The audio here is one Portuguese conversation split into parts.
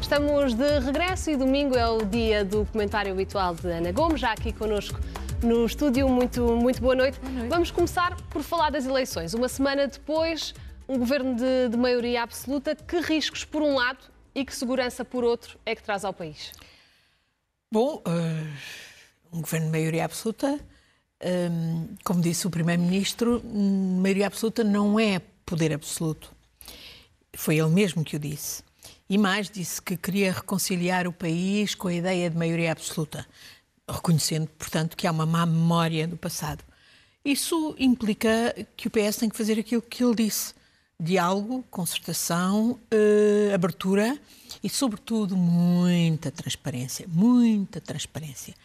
Estamos de regresso e domingo é o dia do comentário habitual de Ana Gomes, já aqui connosco no estúdio. Muito boa noite. Vamos começar por falar das eleições. Uma semana depois, um governo de maioria absoluta. Que riscos por um lado e que segurança por outro é que traz ao país? Bom, um governo de maioria absoluta, como disse o Primeiro-Ministro, maioria absoluta não é poder absoluto. Foi ele mesmo que o disse. E mais, disse que queria reconciliar o país com a ideia de maioria absoluta, reconhecendo, portanto, que há uma má memória do passado. Isso implica que o PS tem que fazer aquilo que ele disse. Diálogo, concertação, abertura e, sobretudo, muita transparência. Muita transparência.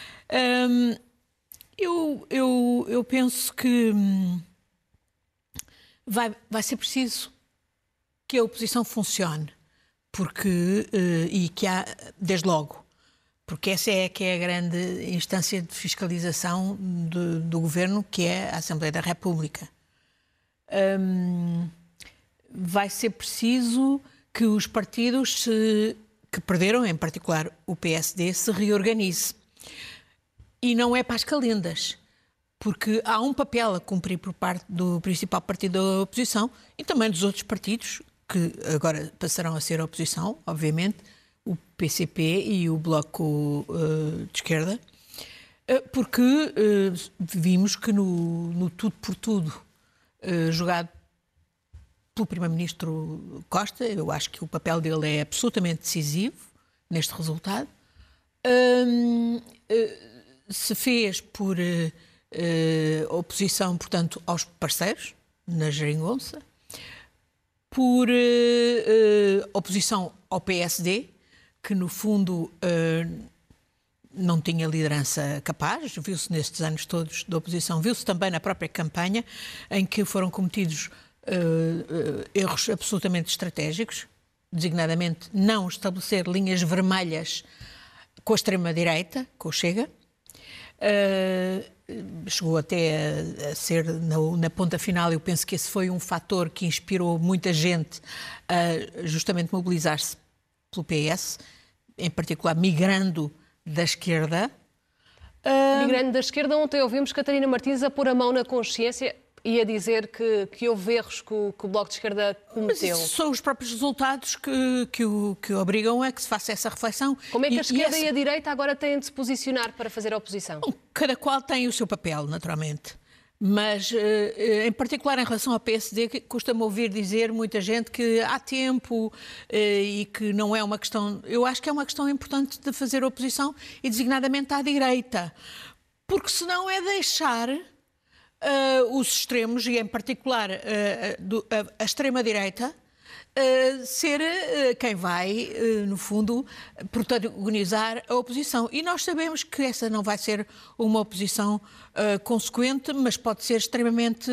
Eu penso que vai ser preciso que a oposição funcione. E que há, desde logo, porque essa é que é a grande instância de fiscalização do governo, que é a Assembleia da República. Vai ser preciso que os partidos que perderam, em particular o PSD, se reorganize. E não é para as calendas, porque há um papel a cumprir por parte do principal partido da oposição e também dos outros partidos, que agora passarão a ser a oposição, obviamente, o PCP e o Bloco de Esquerda, porque vimos que no tudo por tudo jogado pelo Primeiro-Ministro Costa, eu acho que o papel dele é absolutamente decisivo neste resultado, se fez por oposição, portanto, aos parceiros, na geringonça, por oposição ao PSD, que no fundo não tinha liderança capaz, viu-se nestes anos todos de oposição, viu-se também na própria campanha, em que foram cometidos erros absolutamente estratégicos, designadamente não estabelecer linhas vermelhas com a extrema-direita, com o Chega. Chegou até a ser na ponta final. Eu penso que esse foi um fator que inspirou muita gente a justamente mobilizar-se pelo PS, em particular migrando da esquerda. Migrando da esquerda, ontem ouvimos Catarina Martins a pôr a mão na consciência e a dizer que houve erros que o Bloco de Esquerda cometeu. Mas são os próprios resultados que obrigam a que se faça essa reflexão. Como é que a esquerda e a direita agora têm de se posicionar para fazer a oposição? Bom, cada qual tem o seu papel, naturalmente. Mas, em particular em relação ao PSD, custa-me ouvir dizer muita gente que há tempo e que não é uma questão... Eu acho que é uma questão importante de fazer oposição e designadamente à direita. Porque senão é deixar... os extremos, e em particular a extrema-direita, ser quem vai, no fundo, protagonizar a oposição. E nós sabemos que essa não vai ser uma oposição consequente, mas pode ser extremamente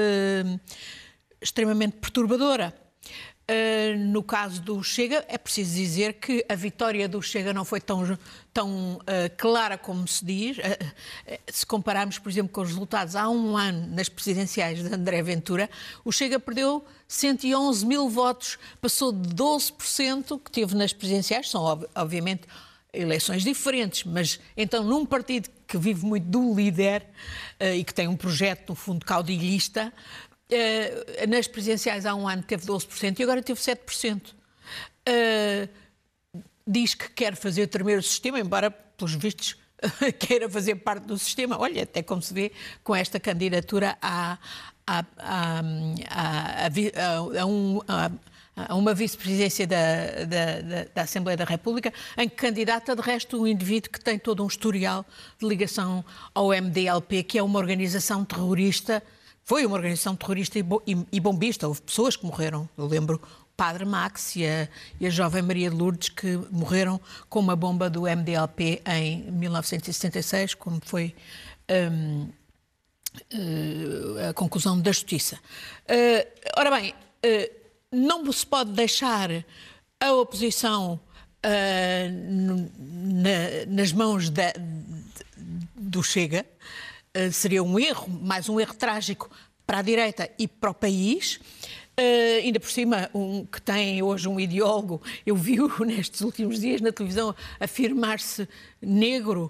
perturbadora. No caso do Chega, é preciso dizer que a vitória do Chega não foi tão clara como se diz. Se compararmos, por exemplo, com os resultados há um ano nas presidenciais de André Ventura, o Chega perdeu 111 mil votos, passou de 12% que teve nas presidenciais. São, obviamente, eleições diferentes, mas então num partido que vive muito do líder e que tem um projeto, no fundo, caudilhista, nas presidenciais há um ano teve 12% e agora teve 7%. Diz que quer fazer tremer o sistema, embora, pelos vistos, queira fazer parte do sistema. Olha, até como se vê com esta candidatura a uma vice-presidência da Assembleia da República, em que candidata, de resto, um indivíduo que tem todo um historial de ligação ao MDLP, que é uma organização terrorista. Foi uma organização terrorista e bombista. Houve pessoas que morreram. Eu lembro o Padre Max e a jovem Maria de Lourdes, que morreram com uma bomba do MDLP em 1976, como foi a conclusão da Justiça. Ora bem, não se pode deixar a oposição nas mãos do Chega. Seria um erro, mais um erro trágico para a direita e para o país. Ainda por cima, que tem hoje um ideólogo, eu vi-o nestes últimos dias na televisão afirmar-se negro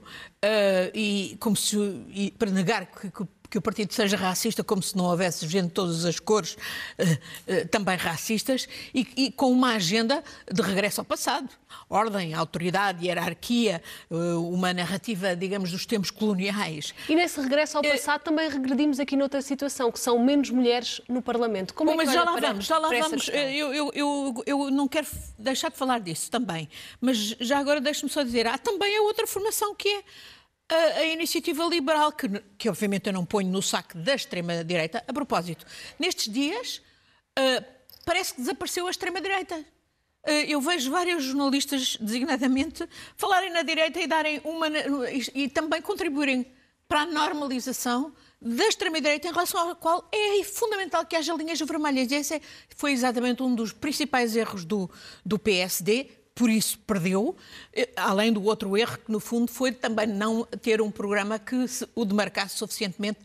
e para negar que o partido seja racista, como se não houvesse gente de todas as cores também racistas, e com uma agenda de regresso ao passado. Ordem, autoridade, hierarquia, uma narrativa, digamos, dos tempos coloniais. E nesse regresso ao passado também regredimos aqui noutra situação, que são menos mulheres no Parlamento. Como é que mas já lá para vamos. Eu não quero deixar de falar disso também, mas já agora deixe-me só dizer, há também a outra formação que é a iniciativa liberal, que obviamente eu não ponho no saco da extrema-direita. A propósito, nestes dias parece que desapareceu a extrema-direita. Eu vejo vários jornalistas, designadamente, falarem na direita e darem e também contribuírem para a normalização da extrema-direita, em relação à qual é fundamental que haja linhas vermelhas. E esse foi exatamente um dos principais erros do PSD. Por isso perdeu, além do outro erro, que no fundo foi também não ter um programa que o demarcasse suficientemente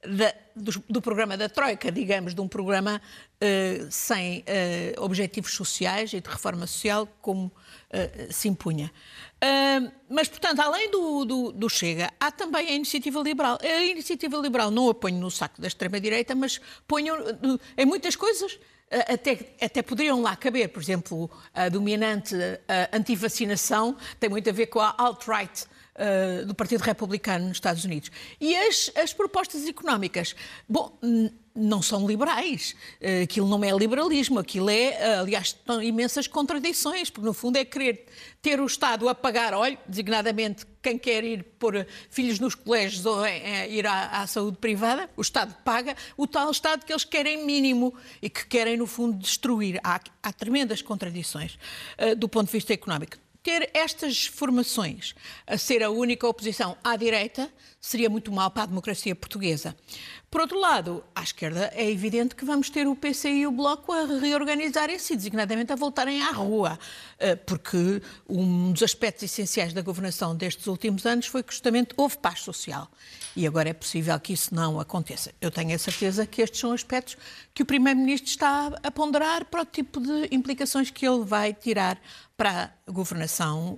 do programa da Troika, digamos, de um programa sem objetivos sociais e de reforma social, como se impunha. Mas, portanto, além do Chega, há também a Iniciativa Liberal. A Iniciativa Liberal não a ponho no saco da extrema-direita, mas ponho em muitas coisas. Até poderiam lá caber, por exemplo, a dominante anti-vacinação tem muito a ver com a alt-right do Partido Republicano nos Estados Unidos. E as propostas económicas, bom, não são liberais. Aquilo não é liberalismo, aquilo aliás, estão imensas contradições, porque no fundo é querer ter o Estado a pagar, olha, designadamente quem quer ir pôr filhos nos colégios ou ir à saúde privada, o Estado paga o tal Estado que eles querem mínimo e que querem, no fundo, destruir. Há tremendas contradições do ponto de vista económico. Ter estas formações a ser a única oposição à direita seria muito mal para a democracia portuguesa. Por outro lado, à esquerda é evidente que vamos ter o PC e o Bloco a reorganizarem-se e, designadamente, a voltarem à rua, porque um dos aspectos essenciais da governação destes últimos anos foi que justamente houve paz social. E agora é possível que isso não aconteça. Eu tenho a certeza que estes são aspectos que o Primeiro-Ministro está a ponderar para o tipo de implicações que ele vai tirar para a governação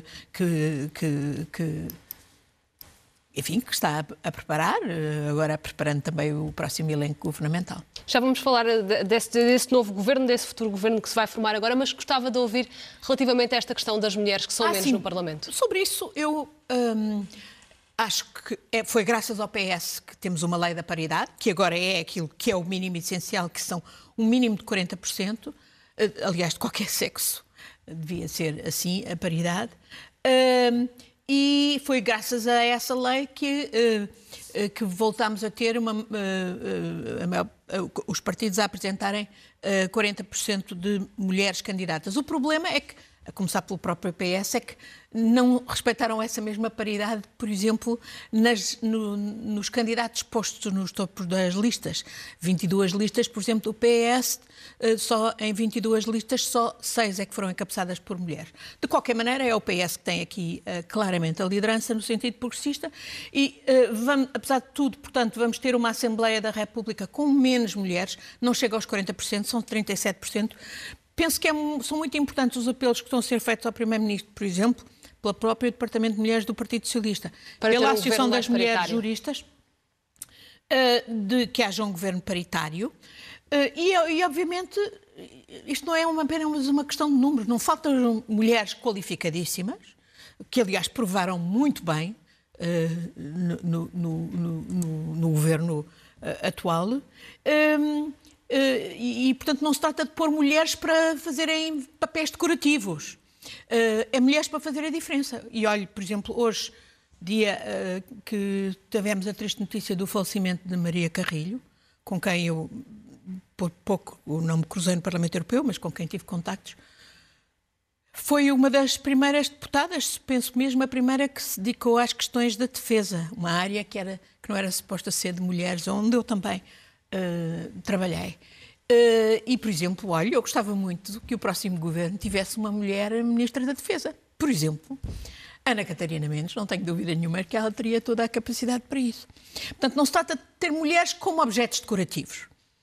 enfim, que está a preparar, agora preparando também o próximo elenco governamental. Já vamos falar desse novo governo, desse futuro governo que se vai formar agora, mas gostava de ouvir relativamente a esta questão das mulheres que são menos no Parlamento. Sobre isso, eu acho que foi graças ao PS que temos uma lei da paridade, que agora é aquilo que é o mínimo essencial, que são um mínimo de 40%, aliás, de qualquer sexo. Devia ser assim a paridade. E foi graças a essa lei que voltámos a ter os partidos a apresentarem 40% de mulheres candidatas. O problema é que, a começar pelo próprio PS, é que não respeitaram essa mesma paridade, por exemplo, nos candidatos postos nos topos das listas. 22 listas, por exemplo, do PS, em 22 listas, só 6 é que foram encabeçadas por mulheres. De qualquer maneira, é o PS que tem aqui claramente a liderança no sentido progressista e, apesar de tudo, portanto, vamos ter uma Assembleia da República com menos mulheres, não chega aos 40%, são 37%. Penso que são muito importantes os apelos que estão a ser feitos ao Primeiro-Ministro, por exemplo, pelo próprio Departamento de Mulheres do Partido Socialista, pela Associação das Mulheres Juristas, de que haja um governo paritário. E, obviamente, isto não é apenas uma questão de números. Não faltam mulheres qualificadíssimas, que, aliás, provaram muito bem no governo atual. E, portanto, não se trata de pôr mulheres para fazerem papéis decorativos. É mulheres para fazer a diferença. E olhe, por exemplo, hoje, dia que tivemos a triste notícia do falecimento de Maria Carrilho, com quem eu, por pouco, não me cruzei no Parlamento Europeu, mas com quem tive contactos, foi uma das primeiras deputadas, penso mesmo, a primeira que se dedicou às questões da defesa, uma área que não era suposta ser de mulheres, onde eu também trabalhei. E, por exemplo, olha, eu gostava muito que o próximo governo tivesse uma mulher ministra da Defesa. Por exemplo, Ana Catarina Mendes, não tenho dúvida nenhuma que ela teria toda a capacidade para isso. Portanto, não se trata de ter mulheres como objetos decorativos.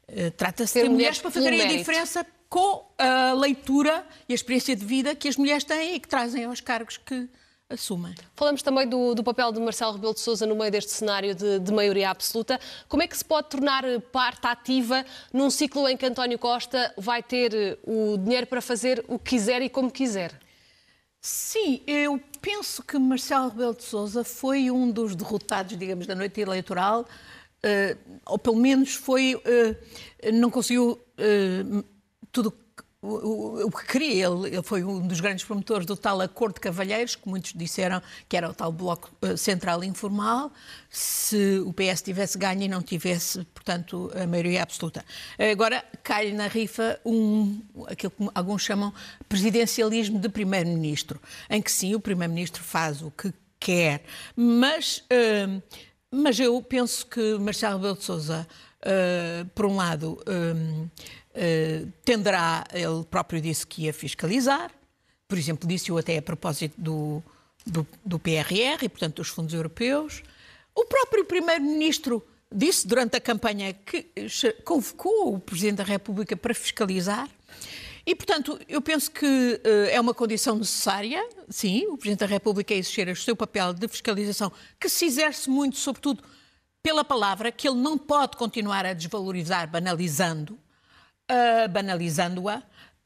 Trata-se de mulheres para fazerem a diferença com a leitura e a experiência de vida que as mulheres têm e que trazem aos cargos que assumem. Falamos também do papel de Marcelo Rebelo de Sousa no meio deste cenário de maioria absoluta. Como é que se pode tornar parte ativa num ciclo em que António Costa vai ter o dinheiro para fazer o que quiser e como quiser? Sim, eu penso que Marcelo Rebelo de Sousa foi um dos derrotados, digamos, da noite eleitoral, ou pelo menos não conseguiu tudo o que queria. Ele foi um dos grandes promotores do tal acordo de cavalheiros, que muitos disseram que era o tal bloco central informal, se o PS tivesse ganho e não tivesse, portanto, a maioria absoluta. Agora, cai na rifa aquilo que alguns chamam presidencialismo de primeiro-ministro, em que sim, o primeiro-ministro faz o que quer, mas eu penso que Marcelo Rebelo de Sousa, por um lado, tenderá, ele próprio disse que ia fiscalizar, por exemplo, disse-o até a propósito do PRR e, portanto, dos fundos europeus. O próprio Primeiro-Ministro disse durante a campanha que convocou o Presidente da República para fiscalizar e, portanto, eu penso que é uma condição necessária, sim, o Presidente da República exercer o seu papel de fiscalização, que se exerce muito, sobretudo, pela palavra, que ele não pode continuar a desvalorizar banalizando-a,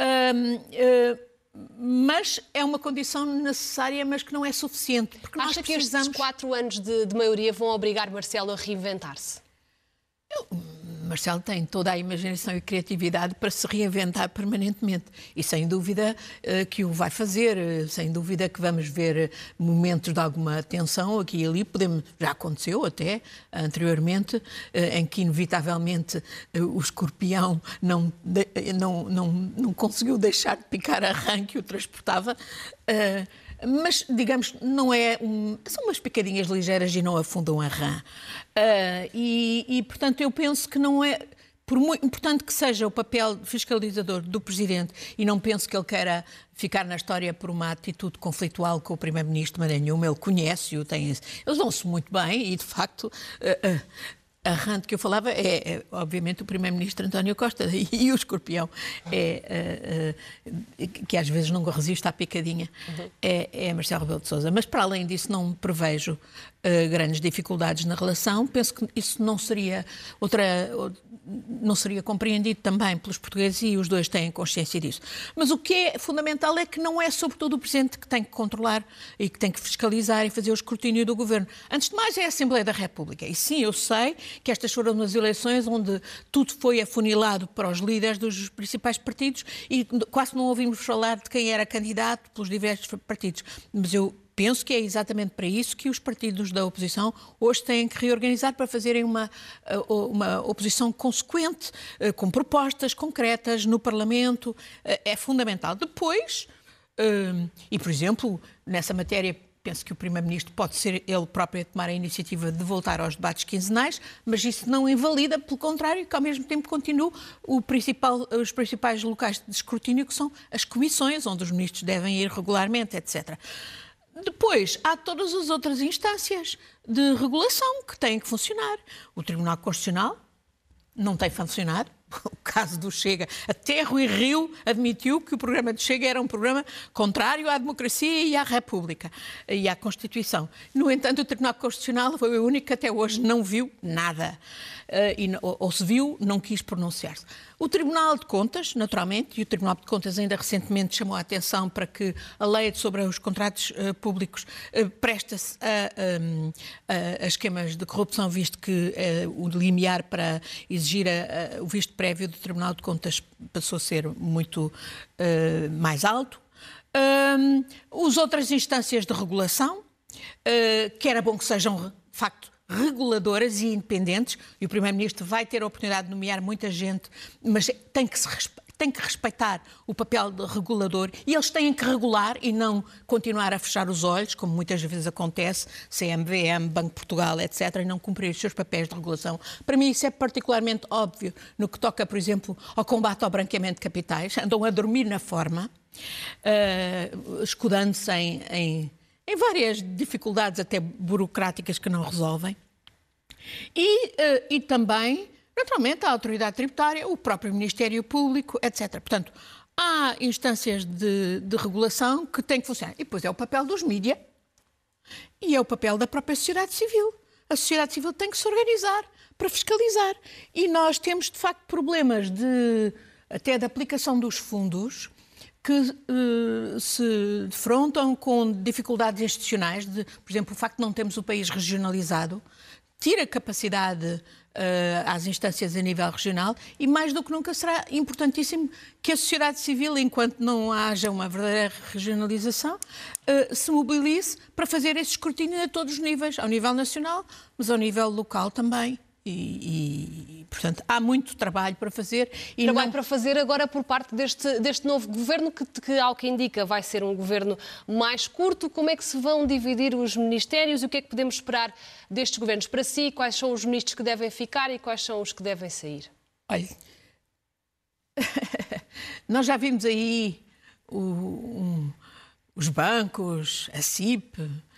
mas é uma condição necessária, mas que não é suficiente. Porque Acha que estes 4 anos de maioria vão obrigar Marcelo a reinventar-se? Marcelo tem toda a imaginação e criatividade para se reinventar permanentemente e sem dúvida que o vai fazer, sem dúvida que vamos ver momentos de alguma tensão aqui e ali, já aconteceu até anteriormente, em que inevitavelmente o escorpião não conseguiu deixar de picar a rã que o transportava, mas, digamos, são umas picadinhas ligeiras e não afundam a rã. Portanto, eu penso que não é, por muito importante que seja o papel fiscalizador do Presidente, e não penso que ele queira ficar na história por uma atitude conflitual com o Primeiro-Ministro, mas nenhuma, ele conhece-o, eles dão-se muito bem e, de facto, a rã de que eu falava é obviamente, o Primeiro-Ministro António Costa e o escorpião, que às vezes não resiste à picadinha, é Marcelo Rebelo de Sousa. Mas, para além disso, não prevejo grandes dificuldades na relação. Penso que isso não seria compreendido também pelos portugueses e os dois têm consciência disso. Mas o que é fundamental é que não é sobretudo o Presidente que tem que controlar e que tem que fiscalizar e fazer o escrutínio do Governo. Antes de mais é a Assembleia da República. E sim, eu sei que estas foram umas eleições onde tudo foi afunilado para os líderes dos principais partidos e quase não ouvimos falar de quem era candidato pelos diversos partidos. Mas eu penso que é exatamente para isso que os partidos da oposição hoje têm que reorganizar para fazerem uma oposição consequente, com propostas concretas no Parlamento. É fundamental. Depois, e por exemplo, nessa matéria, penso que o Primeiro-Ministro pode ser ele próprio a tomar a iniciativa de voltar aos debates quinzenais, mas isso não invalida, pelo contrário, que ao mesmo tempo continua os principais locais de escrutínio, que são as comissões, onde os ministros devem ir regularmente, etc. Depois, há todas as outras instâncias de regulação que têm que funcionar. O Tribunal Constitucional não tem funcionado. O caso do Chega, até Rui Rio admitiu que o programa de Chega era um programa contrário à democracia e à República e à Constituição. No entanto, o Tribunal Constitucional foi o único que até hoje não viu nada. Ou se viu, não quis pronunciar-se. O Tribunal de Contas, naturalmente, e o Tribunal de Contas ainda recentemente chamou a atenção para que a lei sobre os contratos públicos presta-se a esquemas de corrupção, visto que o limiar para exigir o visto prévio do Tribunal de Contas passou a ser muito mais alto. As outras instâncias de regulação, que era bom que sejam, de facto, reguladoras e independentes, e o Primeiro-Ministro vai ter a oportunidade de nomear muita gente, mas tem que respeitar o papel de regulador e eles têm que regular e não continuar a fechar os olhos, como muitas vezes acontece, CMVM, Banco de Portugal, etc., e não cumprir os seus papéis de regulação. Para mim isso é particularmente óbvio no que toca, por exemplo, ao combate ao branqueamento de capitais. Andam a dormir na forma, escudando-se em várias dificuldades até burocráticas que não resolvem. E também, Naturalmente, a autoridade tributária, o próprio Ministério Público, etc. Portanto, há instâncias de regulação que têm que funcionar. E depois é o papel dos mídias e é o papel da própria sociedade civil. A sociedade civil tem que se organizar para fiscalizar. E nós temos, de facto, problemas até de aplicação dos fundos que se defrontam com dificuldades institucionais. Por exemplo, o facto de não termos o país regionalizado tira capacidade às instâncias a nível regional e, mais do que nunca, será importantíssimo que a sociedade civil, enquanto não haja uma verdadeira regionalização, se mobilize para fazer esse escrutínio a todos os níveis, ao nível nacional, mas ao nível local também. Portanto, há muito trabalho para fazer. Para fazer agora por parte deste novo governo, que, ao que indica, vai ser um governo mais curto. Como é que se vão dividir os ministérios e o que é que podemos esperar destes governos para si? Quais são os ministros que devem ficar e quais são os que devem sair? Olha, nós já vimos aí os bancos, a CIP,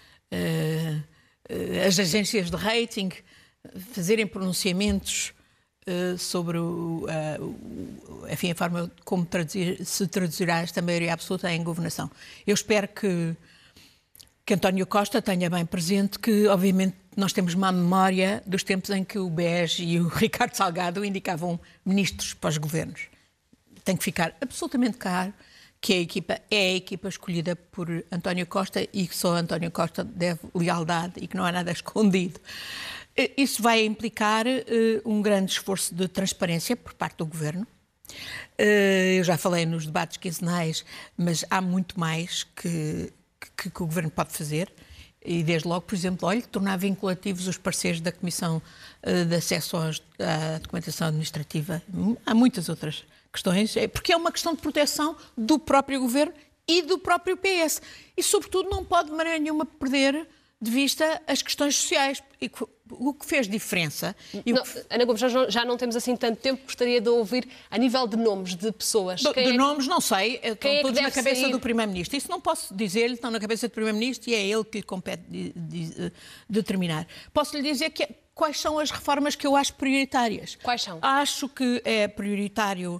as agências de rating fazerem pronunciamentos sobre enfim, a forma como se traduzirá esta maioria absoluta em governação. Eu espero que António Costa tenha bem presente que, obviamente, nós temos uma memória dos tempos em que o BES e o Ricardo Salgado indicavam ministros para os governos. Tem que ficar absolutamente claro que a equipa é a equipa escolhida por António Costa e que só António Costa deve lealdade e que não há nada escondido. Isso vai implicar um grande esforço de transparência por parte do Governo. Eu já falei nos debates quinzenais, mas há muito mais que o Governo pode fazer. E desde logo, por exemplo, tornar vinculativos os parceiros da Comissão de Acesso à Documentação Administrativa. Há muitas outras questões, porque é uma questão de proteção do próprio Governo e do próprio PS. E, sobretudo, não pode de maneira nenhuma perder de vista as questões sociais. O que fez diferença... Ana Gomes, já não temos assim tanto tempo, gostaria de ouvir a nível de nomes de pessoas. Nomes não sei, estão todos na cabeça do Primeiro-Ministro. Isso não posso dizer-lhe, estão na cabeça do Primeiro-Ministro e é ele que lhe compete determinar. Posso lhe dizer quais são as reformas que eu acho prioritárias. Quais são? Acho que é prioritário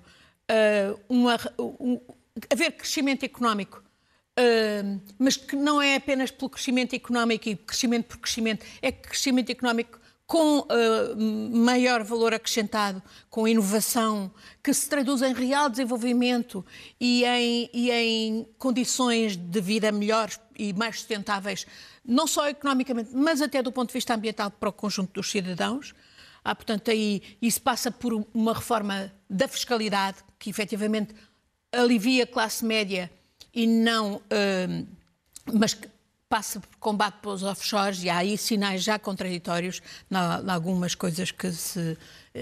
haver crescimento económico, mas que não é apenas pelo crescimento económico e crescimento por crescimento, é crescimento económico com maior valor acrescentado, com inovação, que se traduz em real desenvolvimento e em condições de vida melhores e mais sustentáveis, não só economicamente, mas até do ponto de vista ambiental para o conjunto dos cidadãos. Portanto, aí isso passa por uma reforma da fiscalidade, que efetivamente alivia a classe média e não, mas que passa por combate pelos offshores, e há aí sinais já contraditórios em algumas coisas que se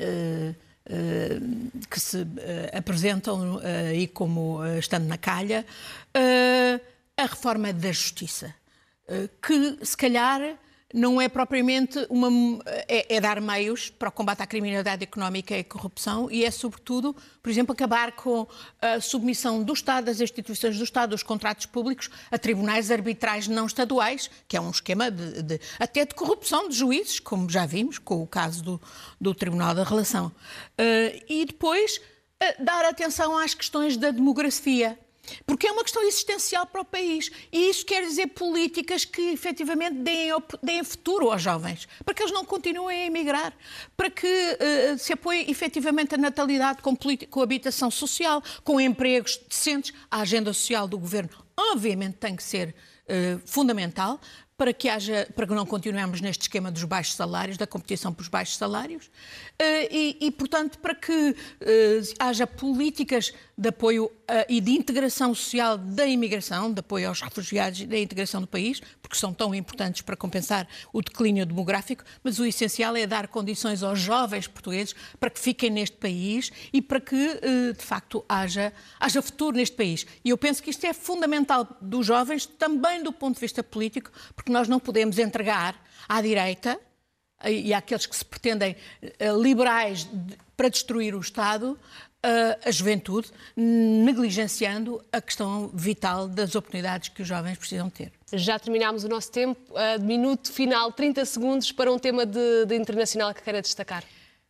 apresentam aí como estando na calha. A reforma da justiça, que se calhar não é propriamente é dar meios para o combate à criminalidade económica e corrupção e é, sobretudo, por exemplo, acabar com a submissão do Estado, das instituições do Estado, dos contratos públicos, a tribunais arbitrais não estaduais, que é um esquema até de corrupção de juízes, como já vimos com o caso do Tribunal da Relação. E depois dar atenção às questões da demografia, porque é uma questão existencial para o país. E isso quer dizer políticas que, efetivamente, deem futuro aos jovens, para que eles não continuem a emigrar, para que se apoie, efetivamente, a natalidade com habitação social, com empregos decentes. A agenda social do Governo, obviamente, tem que ser fundamental para que não continuemos neste esquema dos baixos salários, da competição pelos baixos salários, e portanto, para que haja políticas de apoio e de integração social da imigração, de apoio aos refugiados e da integração do país, porque são tão importantes para compensar o declínio demográfico, mas o essencial é dar condições aos jovens portugueses para que fiquem neste país e para que, de facto, haja futuro neste país. E eu penso que isto é fundamental dos jovens, também do ponto de vista político, porque nós não podemos entregar à direita e àqueles que se pretendem liberais para destruir o Estado a juventude, negligenciando a questão vital das oportunidades que os jovens precisam ter. Já terminámos o nosso tempo. Minuto final, 30 segundos para um tema de internacional que queira destacar.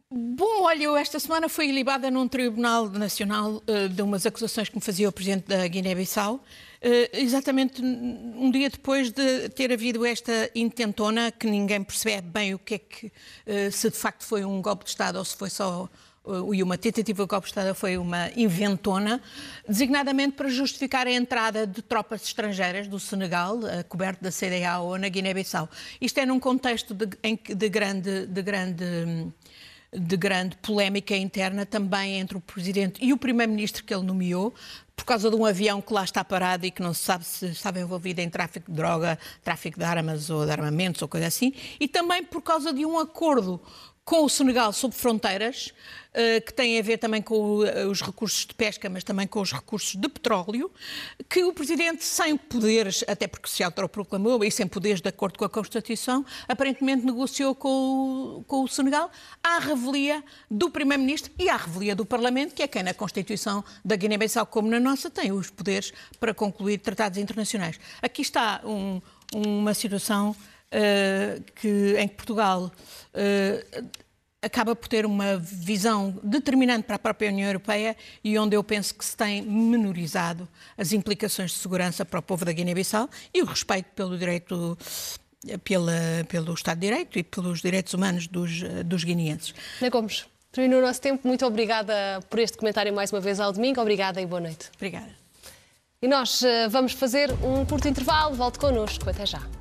Bom, olha, eu esta semana fui ilibada num Tribunal Nacional de umas acusações que me fazia o Presidente da Guiné-Bissau, exatamente um dia depois de ter havido esta intentona, que ninguém percebe bem o que é que, se de facto foi um golpe de Estado ou se foi só uma tentativa de golpe de Estado ou foi uma inventona, designadamente para justificar a entrada de tropas estrangeiras do Senegal, coberto da CEDEAO, na Guiné-Bissau. Isto é num contexto de grande polémica interna também entre o Presidente e o Primeiro-Ministro que ele nomeou, por causa de um avião que lá está parado e que não se sabe se estava envolvido em tráfico de droga, tráfico de armas ou de armamentos ou coisa assim, e também por causa de um acordo com o Senegal sobre fronteiras, que tem a ver também com os recursos de pesca, mas também com os recursos de petróleo, que o Presidente, sem poderes, até porque se autoproclamou, e sem poderes de acordo com a Constituição, aparentemente negociou com o Senegal à revelia do Primeiro-Ministro e à revelia do Parlamento, que é quem na Constituição da Guiné-Bissau, como na nossa, tem os poderes para concluir tratados internacionais. Aqui está uma situação em que Portugal acaba por ter uma visão determinante para a própria União Europeia e onde eu penso que se tem menorizado as implicações de segurança para o povo da Guiné-Bissau e o respeito pelo direito, pelo Estado de Direito e pelos direitos humanos dos guineenses. Ana Gomes, terminou o nosso tempo. Muito obrigada por este comentário mais uma vez ao domingo. Obrigada e boa noite. Obrigada. E nós vamos fazer um curto intervalo. Volte connosco. Até já.